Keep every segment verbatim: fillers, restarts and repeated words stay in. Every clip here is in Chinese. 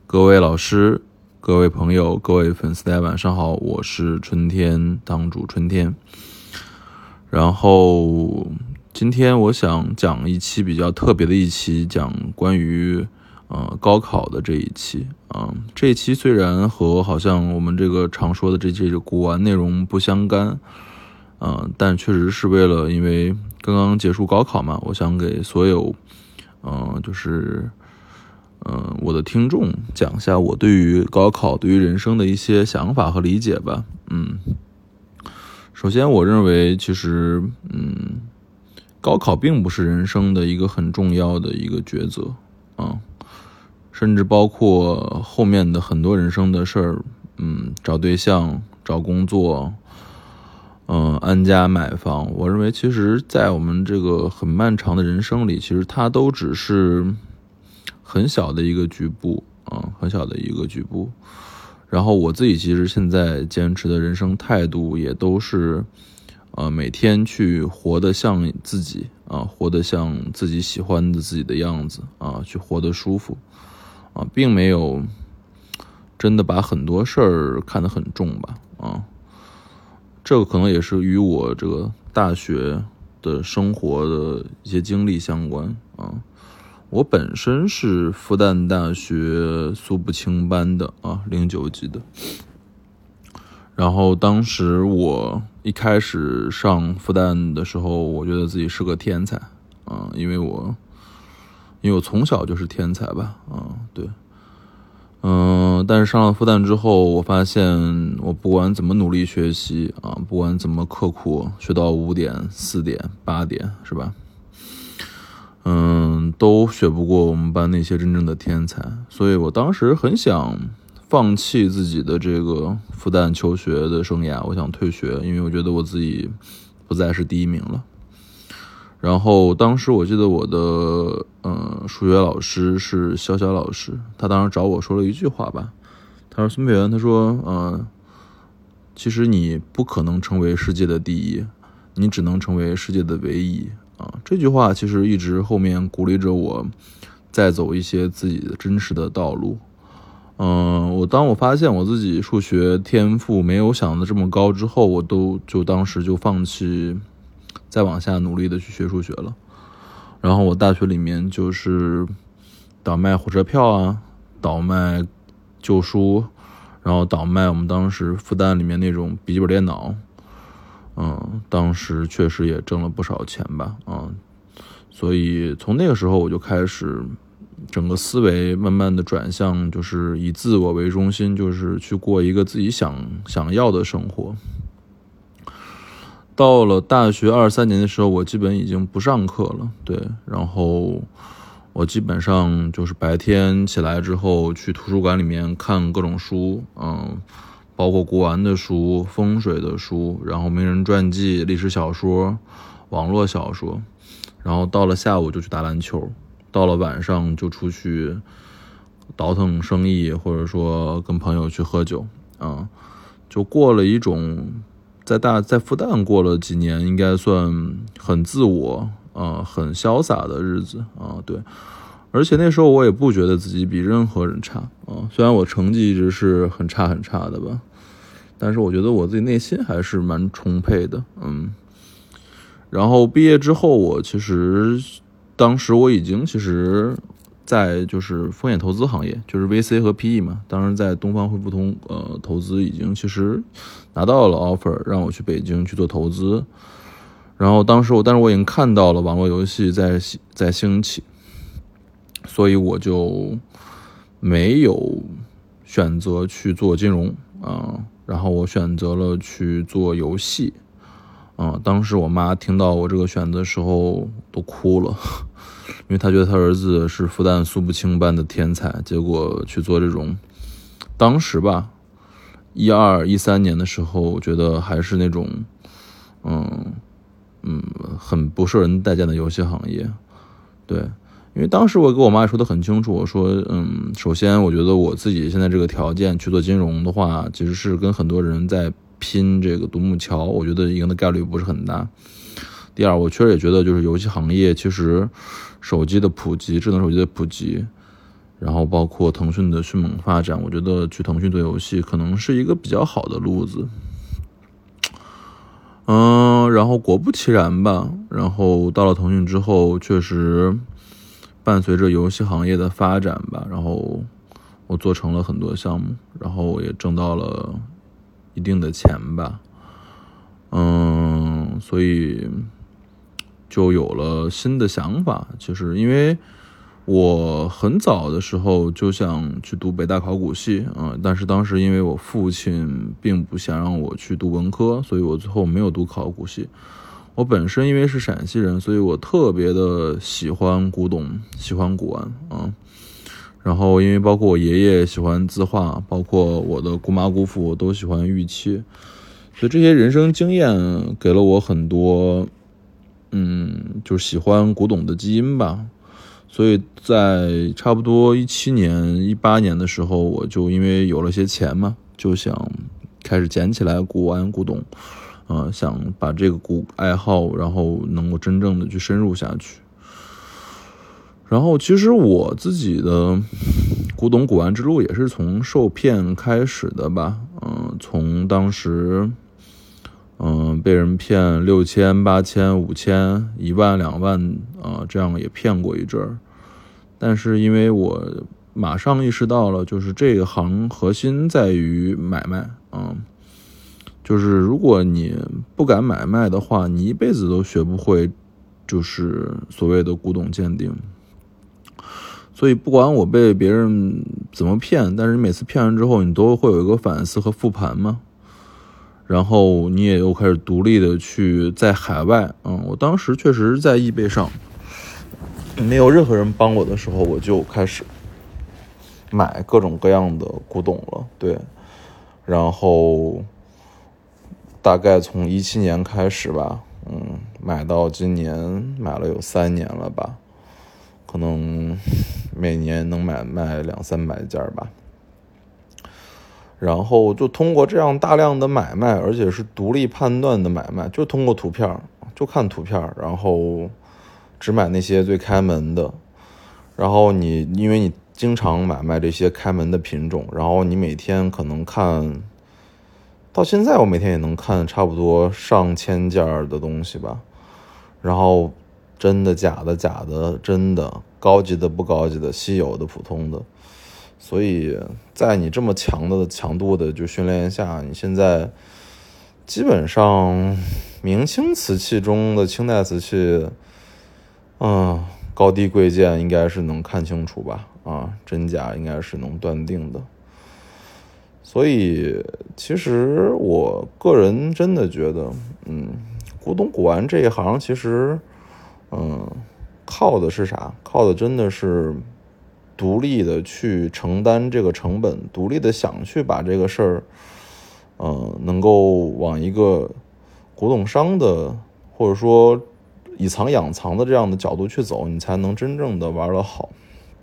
各位老师、各位朋友、各位粉丝，大家晚上好，我是春天堂主春天。然后今天我想讲一期比较特别的一期，讲关于呃高考的这一期啊、呃。这一期虽然和好像我们这个常说的这这个古玩内容不相干啊、呃，但确实是为了因为刚刚结束高考嘛，我想给所有嗯、呃、就是嗯、呃，我的听众讲一下我对于高考、对于人生的一些想法和理解吧。嗯，首先我认为，其实，嗯，高考并不是人生的一个很重要的一个抉择啊，甚至包括后面的很多人生的事儿，嗯，找对象、找工作，嗯、呃，安家买房。我认为，其实，在我们这个很漫长的人生里，其实它都只是很小的一个局部啊，很小的一个局部。然后我自己其实现在坚持的人生态度也都是，呃，每天去活得像自己啊，活得像自己喜欢的自己的样子啊，去活得舒服啊，并没有真的把很多事儿看得很重吧啊。这个可能也是与我这个大学的生活的一些经历相关啊。我本身是复旦大学苏步青班的啊，零九级的。然后当时我一开始上复旦的时候，我觉得自己是个天才啊，因为我因为我从小就是天才吧啊，对，嗯、呃，但是上了复旦之后，我发现我不管怎么努力学习啊，不管怎么刻苦，学到五点、四点、八点，是吧？嗯，都学不过我们班那些真正的天才，所以我当时很想放弃自己的这个复旦求学的生涯，我想退学，因为我觉得我自己不再是第一名了。然后当时我记得我的嗯数学老师是小小老师，他当时找我说了一句话吧，他说孙培元，他说嗯，其实你不可能成为世界的第一，你只能成为世界的唯一。啊，这句话其实一直后面鼓励着我再走一些自己的真实的道路。嗯、呃，我当我发现我自己数学天赋没有想的这么高之后，我都就当时就放弃再往下努力的去学数学了。然后我大学里面就是倒卖火车票啊，倒卖旧书，然后倒卖我们当时复旦里面那种笔记本电脑。嗯，当时确实也挣了不少钱吧，嗯，所以从那个时候我就开始整个思维慢慢的转向，就是以自我为中心，就是去过一个自己想想要的生活。到了大学二三年的时候，我基本已经不上课了，对，然后我基本上就是白天起来之后去图书馆里面看各种书，嗯。包括古玩的书、风水的书，然后名人传记、历史小说、网络小说，然后到了下午就去打篮球，到了晚上就出去倒腾生意，或者说跟朋友去喝酒啊，就过了一种在大在复旦过了几年，应该算很自我啊、很潇洒的日子啊，对。而且那时候我也不觉得自己比任何人差啊，虽然我成绩一直是很差很差的吧，但是我觉得我自己内心还是蛮充沛的，嗯。然后毕业之后，我其实当时我已经其实在就是风险投资行业，就是 V C 和 P E 嘛，当时在东方汇富通呃投资已经其实拿到了 offer， 让我去北京去做投资。然后当时我，但是我已经看到了网络游戏在在兴起。所以我就没有选择去做金融啊，然后我选择了去做游戏啊。当时我妈听到我这个选择的时候都哭了，因为她觉得她儿子是复旦苏步青班的天才，结果去做这种当时吧一二一三年的时候，我觉得还是那种嗯嗯很不受人待见的游戏行业，对。因为当时我跟我妈说的很清楚，我说，嗯，首先我觉得我自己现在这个条件去做金融的话，其实是跟很多人在拼这个独木桥，我觉得赢的概率不是很大。第二，我确实也觉得就是游戏行业其实手机的普及，智能手机的普及， 然后包括腾讯的迅猛发展，我觉得去腾讯做游戏可能是一个比较好的路子。嗯，然后果不其然吧，然后到了腾讯之后，确实伴随着游戏行业的发展吧，然后我做成了很多项目，然后也挣到了一定的钱吧。嗯，所以就有了新的想法，就是因为我很早的时候就想去读北大考古系，嗯，但是当时因为我父亲并不想让我去读文科，所以我最后没有读考古系。我本身因为是陕西人，所以我特别的喜欢古董，喜欢古玩啊。然后因为包括我爷爷喜欢字画，包括我的姑妈姑父都喜欢玉器，所以这些人生经验给了我很多，嗯，就是喜欢古董的基因吧。所以在差不多一七年、一八年的时候，我就因为有了些钱嘛，就想开始捡起来古玩、古董，呃，想把这个古爱好，然后能够真正的去深入下去。然后其实我自己的古董古玩之路也是从受骗开始的吧，嗯、呃，从当时。嗯、呃，被人骗六千、八千、五千、一万、两万啊、呃，这样也骗过一阵儿。但是因为我马上意识到了，就是这个行核心在于买卖啊、呃，就是如果你不敢买卖的话，你一辈子都学不会，就是所谓的古董鉴定。所以不管我被别人怎么骗，但是你每次骗完之后，你都会有一个反思和复盘嘛。然后你也又开始独立的去在海外，嗯，我当时确实在易贝上没有任何人帮我的时候，我就开始买各种各样的古董了，对。然后大概从一七年开始吧，嗯，买到今年买了有三年了吧，可能每年能买卖两三百件吧。然后就通过这样大量的买卖，而且是独立判断的买卖，就通过图片，就看图片，然后只买那些最开门的。然后你因为你经常买卖这些开门的品种，然后你每天可能看，到现在我每天也能看差不多上千件的东西吧。然后真的假的假的真的，高级的不高级的，稀有的普通的。所以在你这么强的强度的就训练下，你现在基本上明清瓷器中的清代瓷器，嗯，高低贵贱应该是能看清楚吧，啊，真假应该是能断定的。所以其实我个人真的觉得，嗯，古董古玩这一行其实，嗯，靠的是啥？靠的真的是独立的去承担这个成本，独立的想去把这个事儿，呃，能够往一个古董商的或者说以藏养藏的这样的角度去走，你才能真正的玩得好。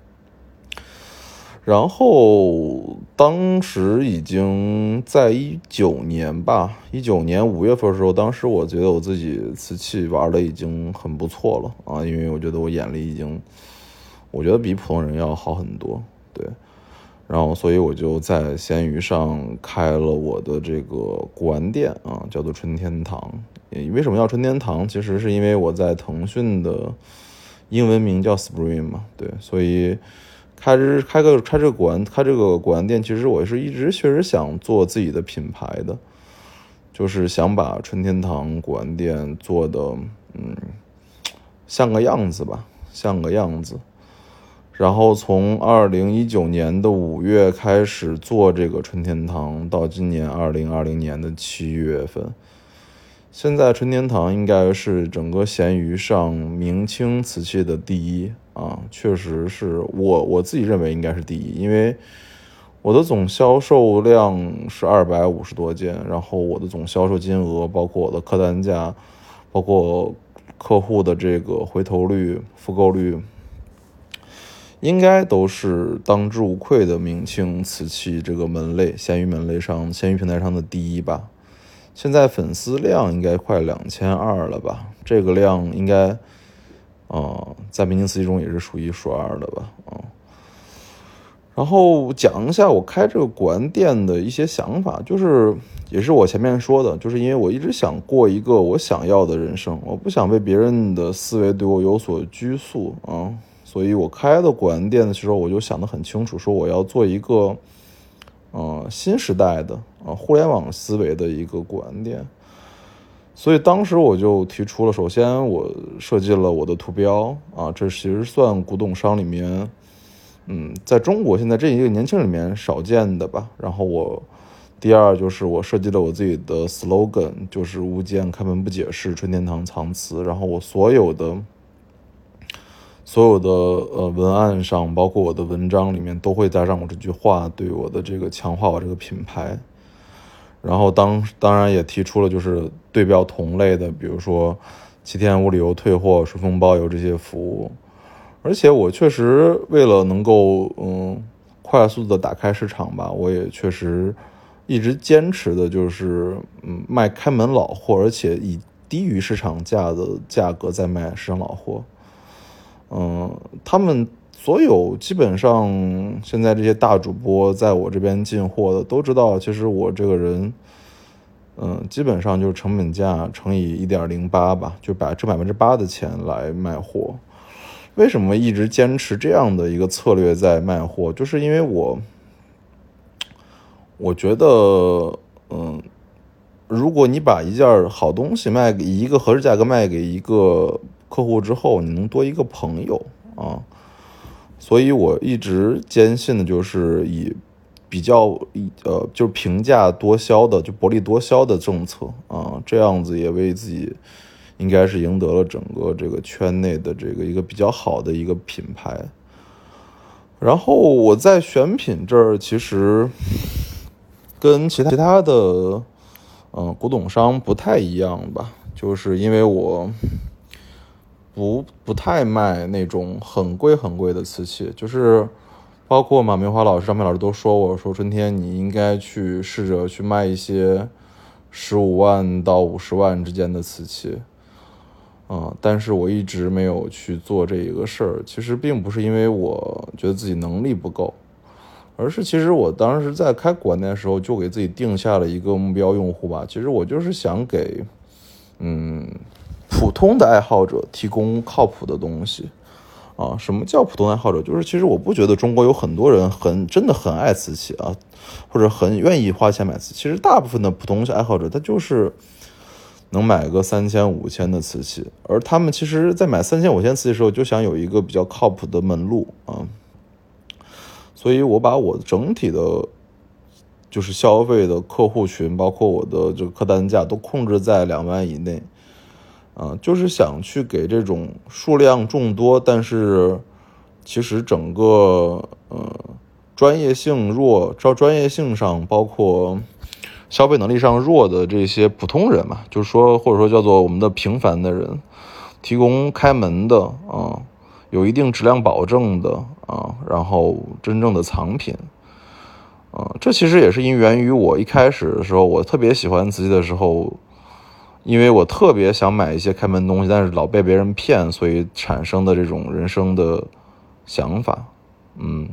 然后当时已经在一九年吧，一九年五月份的时候，当时我觉得我自己瓷器玩的已经很不错了啊，因为我觉得我眼力已经，我觉得比普通人要好很多，对。然后所以我就在闲鱼上开了我的这个古玩店啊，叫做春天堂。为什么叫春天堂？其实是因为我在腾讯的英文名叫 Spring 嘛，对，所以开这开个开这个古玩开这个古玩店，其实我是一直确实想做自己的品牌的，就是想把春天堂古玩店做的嗯像个样子吧，像个样子。然后从二零一九年的五月开始做这个春天堂，到今年二零二零年的七月份，现在春天堂应该是整个闲鱼上明清瓷器的第一啊，确实是我我自己认为应该是第一，因为我的总销售量是二百五十多件，然后我的总销售金额，包括我的客单价，包括客户的这个回头率、复购率，应该都是当之无愧的明清瓷器这个门类闲鱼门类上闲鱼平台上的第一吧。现在粉丝量应该快两千二了吧，这个量应该呃在明清瓷器中也是数一数二的吧啊、呃。 然后讲一下我开这个果然店的一些想法，就是也是我前面说的，就是因为我一直想过一个我想要的人生，我不想被别人的思维对我有所拘束啊，所以我开的果然店的时候，我就想得很清楚，说我要做一个呃新时代的啊互联网思维的一个果然店。所以当时我就提出了，首先我设计了我的图标啊，这其实算古董商里面嗯，在中国现在这一个年轻人里面少见的吧。然后我第二就是我设计了我自己的 slogan， 就是无间开门不解释，春天堂藏词。然后我所有的所有的呃文案上，包括我的文章里面都会加上我这句话，对我的这个强化我这个品牌。然后当当然也提出了就是对标同类的，比如说七天无理由退货、顺丰包邮这些服务。而且我确实为了能够嗯快速的打开市场吧，我也确实一直坚持的就是嗯卖开门老货，而且以低于市场价的价格在卖市场老货。嗯，他们所有基本上现在这些大主播在我这边进货的都知道，其实我这个人嗯基本上就是成本价乘以 一点零八 吧，就把这百分之八的钱来卖货。为什么一直坚持这样的一个策略在卖货？就是因为我，我觉得，嗯，如果你把一件好东西卖给一个合适价格卖给一个客户之后，你能多一个朋友啊。所以我一直坚信的就是以比较呃就是平价多销的，就薄利多销的政策啊，这样子也为自己应该是赢得了整个这个圈内的这个一个比较好的一个品牌。然后我在选品这儿其实跟其他其他的嗯、呃、古董商不太一样吧，就是因为我不不太卖那种很贵很贵的瓷器，就是包括马明华老师、张培老师都说我说春天你应该去试着去卖一些十五万到五十万之间的瓷器。嗯，但是我一直没有去做这一个事儿，其实并不是因为我觉得自己能力不够，而是其实我当时在开果然店的时候就给自己定下了一个目标用户吧，其实我就是想给嗯普通的爱好者提供靠谱的东西啊。什么叫普通爱好者？就是其实我不觉得中国有很多人很真的很爱瓷器啊，或者很愿意花钱买瓷器，其实大部分的普通爱好者他就是能买个三千五千的瓷器，而他们其实在买三千五千瓷器的时候就想有一个比较靠谱的门路啊，所以我把我整体的就是消费的客户群，包括我的这个客单价都控制在两万以内啊，就是想去给这种数量众多但是其实整个呃专业性弱，照专业性上包括消费能力上弱的这些普通人嘛，就是说或者说叫做我们的平凡的人，提供开门的啊，有一定质量保证的啊，然后真正的藏品啊，这其实也是因源于我一开始的时候，我特别喜欢瓷器的时候，因为我特别想买一些开门东西，但是老被别人骗，所以产生的这种人生的想法，嗯。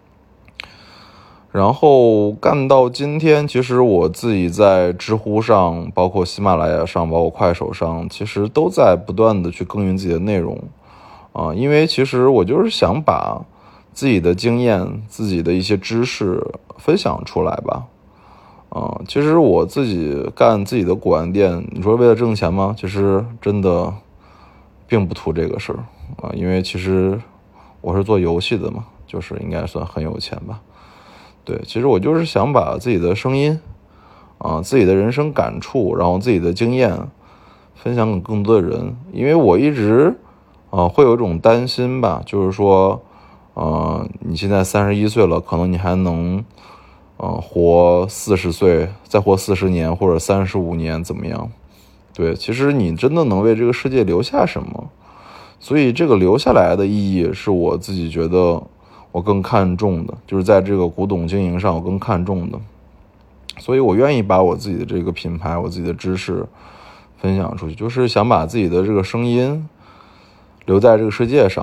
然后干到今天，其实我自己在知乎上，包括喜马拉雅上，包括快手上，其实都在不断的去耕耘自己的内容啊，因为其实我就是想把自己的经验、自己的一些知识分享出来吧。啊，其实我自己干自己的果然店，你说为了挣钱吗？其实真的并不图这个事儿啊，因为其实我是做游戏的嘛，就是应该算很有钱吧。对，其实我就是想把自己的声音啊，自己的人生感触，然后自己的经验分享给更多的人。因为我一直啊会有一种担心吧，就是说呃你现在三十一岁了，可能你还能呃活四十岁，再活四十年或者三十五年怎么样。对，其实你真的能为这个世界留下什么，所以这个留下来的意义是我自己觉得我更看重的，就是在这个古董经营上我更看重的，所以我愿意把我自己的这个品牌，我自己的知识分享出去，就是想把自己的这个声音留在这个世界上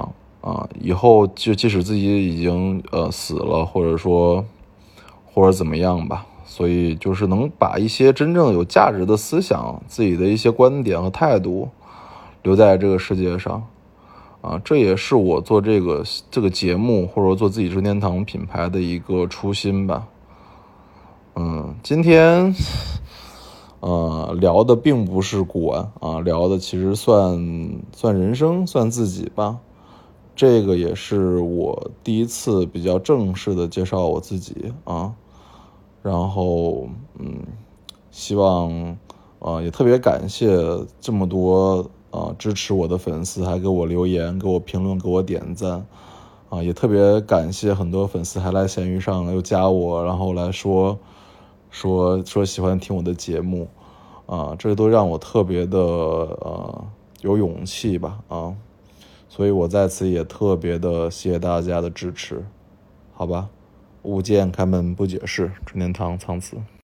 啊，以后就即使自己已经呃死了，或者说或者怎么样吧，所以就是能把一些真正有价值的思想、自己的一些观点和态度留在这个世界上啊，这也是我做这个这个节目或者说做自己春天堂品牌的一个初心吧。嗯，今天呃聊的并不是古玩啊，聊的其实算算人生，算自己吧。这个也是我第一次比较正式的介绍我自己啊，然后嗯，希望啊也特别感谢这么多啊支持我的粉丝，还给我留言、给我评论、给我点赞啊，也特别感谢很多粉丝还来闲鱼上又加我，然后来说说说喜欢听我的节目啊，这都让我特别的呃有勇气吧啊。所以我在此也特别的谢谢大家的支持，好吧？勿见开门不解释，春天堂苍辞。